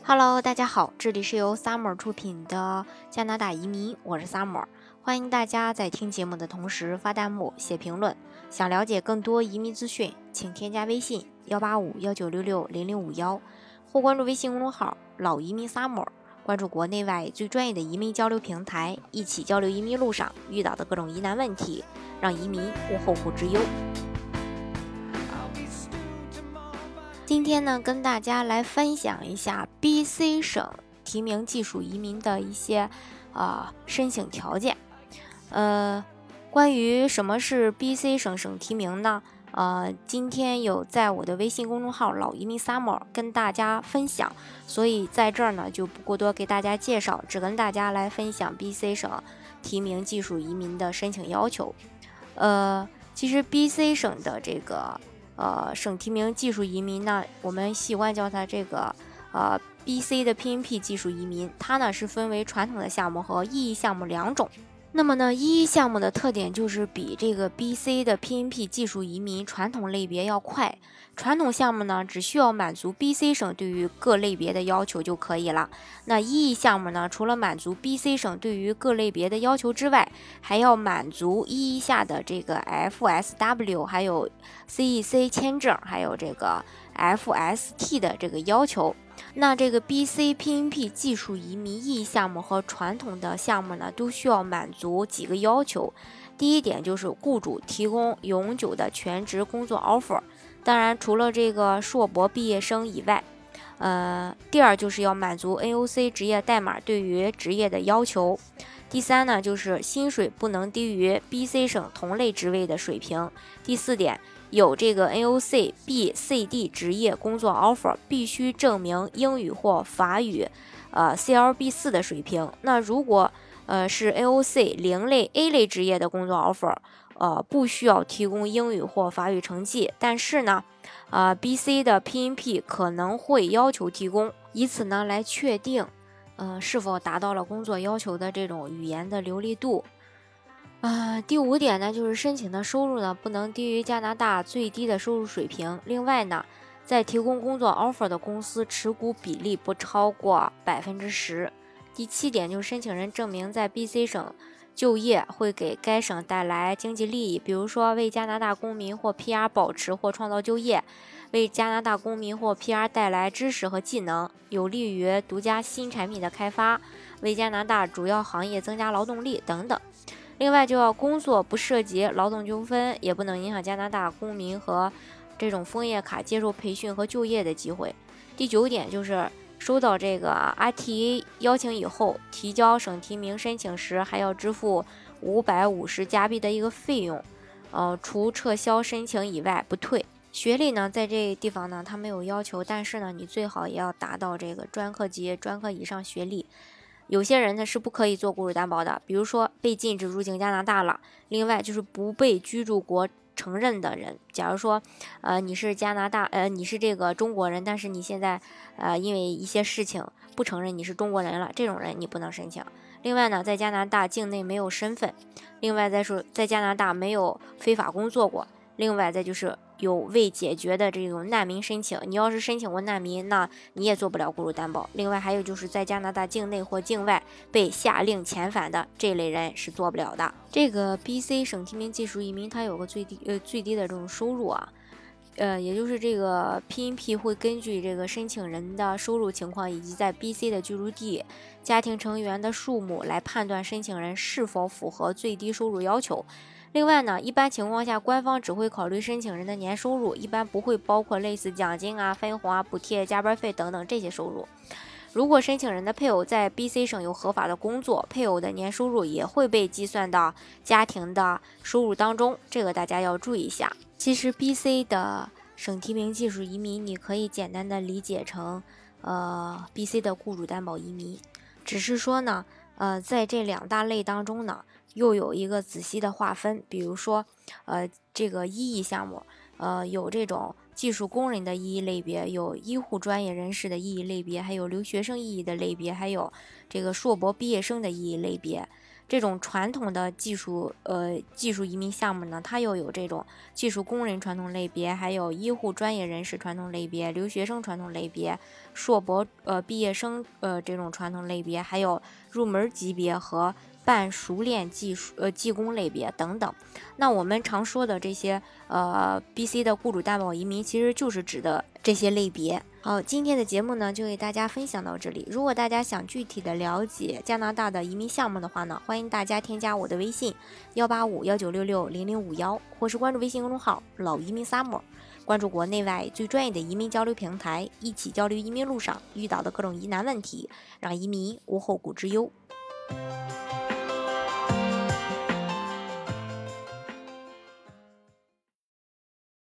Hello，大家好，这里是由 Summer 出品的加拿大移民，我是 Summer， 欢迎大家在听节目的同时发弹幕、写评论。想了解更多移民资讯，请添加微信18519660051，或关注微信公众号老移民 Summer， 关注国内外最专业的移民交流平台，一起交流移民路上遇到的各种疑难问题，让移民无后顾之忧。今天呢，跟大家来分享一下 BC 省提名技术移民的一些申请条件。关于什么是 BC 省提名呢？今天有在我的微信公众号老移民 Summer 跟大家分享，所以在这儿呢就不过多给大家介绍，只跟大家来分享 BC 省提名技术移民的申请要求。其实 BC 省的这个省提名技术移民呢，我们习惯叫它这个BC 的 PNP 技术移民，它呢是分为传统的项目和意义项目两种。那么呢，意义项目的特点就是比这个 BC 的 PNP 技术移民传统类别要快。传统项目呢，只需要满足 BC 省对于各类别的要求就可以了。那意义项目呢，除了满足 BC 省对于各类别的要求之外，还要满足意义下的这个 FSW 还有 CEC 签证，还有这个 FST 的这个要求。那这个 BC PNP 技术移民意义项目和传统的项目呢，都需要满足几个要求。第一点就是雇主提供永久的全职工作 offer， 当然除了这个硕博毕业生以外。第二就是要满足 NOC 职业代码对于职业的要求。第三呢，就是薪水不能低于 BC 省同类职位的水平。第四点，有这个 NOC BCD 职业工作 offer， 必须证明英语或法语CLB4 的水平。那如果是 NOC 0类 A 类职业的工作 offer， 不需要提供英语或法语成绩，但是呢BC 的 PNP 可能会要求提供，以此呢来确定是否达到了工作要求的这种语言的流利度。第五点呢，就是申请的收入呢不能低于加拿大最低的收入水平。另外呢，在提供工作 offer 的公司持股比例不超过 10%。第七点就是申请人证明在 BC 省就业会给该省带来经济利益，比如说为加拿大公民或 PR 保持或创造就业，为加拿大公民或 PR 带来知识和技能，有利于独家新产品的开发，为加拿大主要行业增加劳动力等等。另外就要工作不涉及劳动纠纷，也不能影响加拿大公民和这种枫叶卡接受培训和就业的机会。第九点就是收到这个 RTA 邀请以后，提交省提名申请时还要支付550加币的一个费用，除撤销申请以外不退。学历呢，在这地方呢，它没有要求，但是呢，你最好也要达到这个专科级、专科以上学历。有些人呢是不可以做雇主担保的，比如说被禁止入境加拿大了。另外就是不被居住国承认的人，假如说你是加拿大你是这个中国人，但是你现在因为一些事情不承认你是中国人了，这种人你不能申请。另外呢，在加拿大境内没有身份，另外再说在加拿大没有非法工作过，另外再就是有未解决的这种难民申请，你要是申请过难民，那你也做不了雇主担保。另外还有就是在加拿大境内或境外被下令遣返的这类人是做不了的。这个 BC 省提名技术移民它有个最低的这种收入啊，也就是这个 PNP 会根据这个申请人的收入情况以及在 BC 的居住地、家庭成员的数目来判断申请人是否符合最低收入要求。另外呢，一般情况下官方只会考虑申请人的年收入，一般不会包括类似奖金啊、分红啊、补贴、加班费等等这些收入。如果申请人的配偶在 BC 省有合法的工作，配偶的年收入也会被计算到家庭的收入当中，这个大家要注意一下。其实 BC 的省提名技术移民你可以简单的理解成BC 的雇主担保移民，只是说呢在这两大类当中呢又有一个仔细的划分。比如说这个意义项目有这种技术工人的意义类别，有医护专业人士的意义类别，还有留学生意义的类别，还有这个硕博毕业生的意义类别。 这种传统的技术移民项目呢，它又有这种技术工人传统类别，还有医护专业人士传统类别，留学生传统类别，硕博毕业生这种传统类别，还有入门级别和半熟练技工类别等等。那我们常说的这些BC 的雇主担保移民，其实就是指的这些类别。好，今天的节目呢就给大家分享到这里。如果大家想具体的了解加拿大的移民项目的话呢，欢迎大家添加我的微信18519660051，或是关注微信公众号老移民 summer， 关注国内外最专业的移民交流平台，一起交流移民路上遇到的各种疑难问题，让移民无后顾之忧。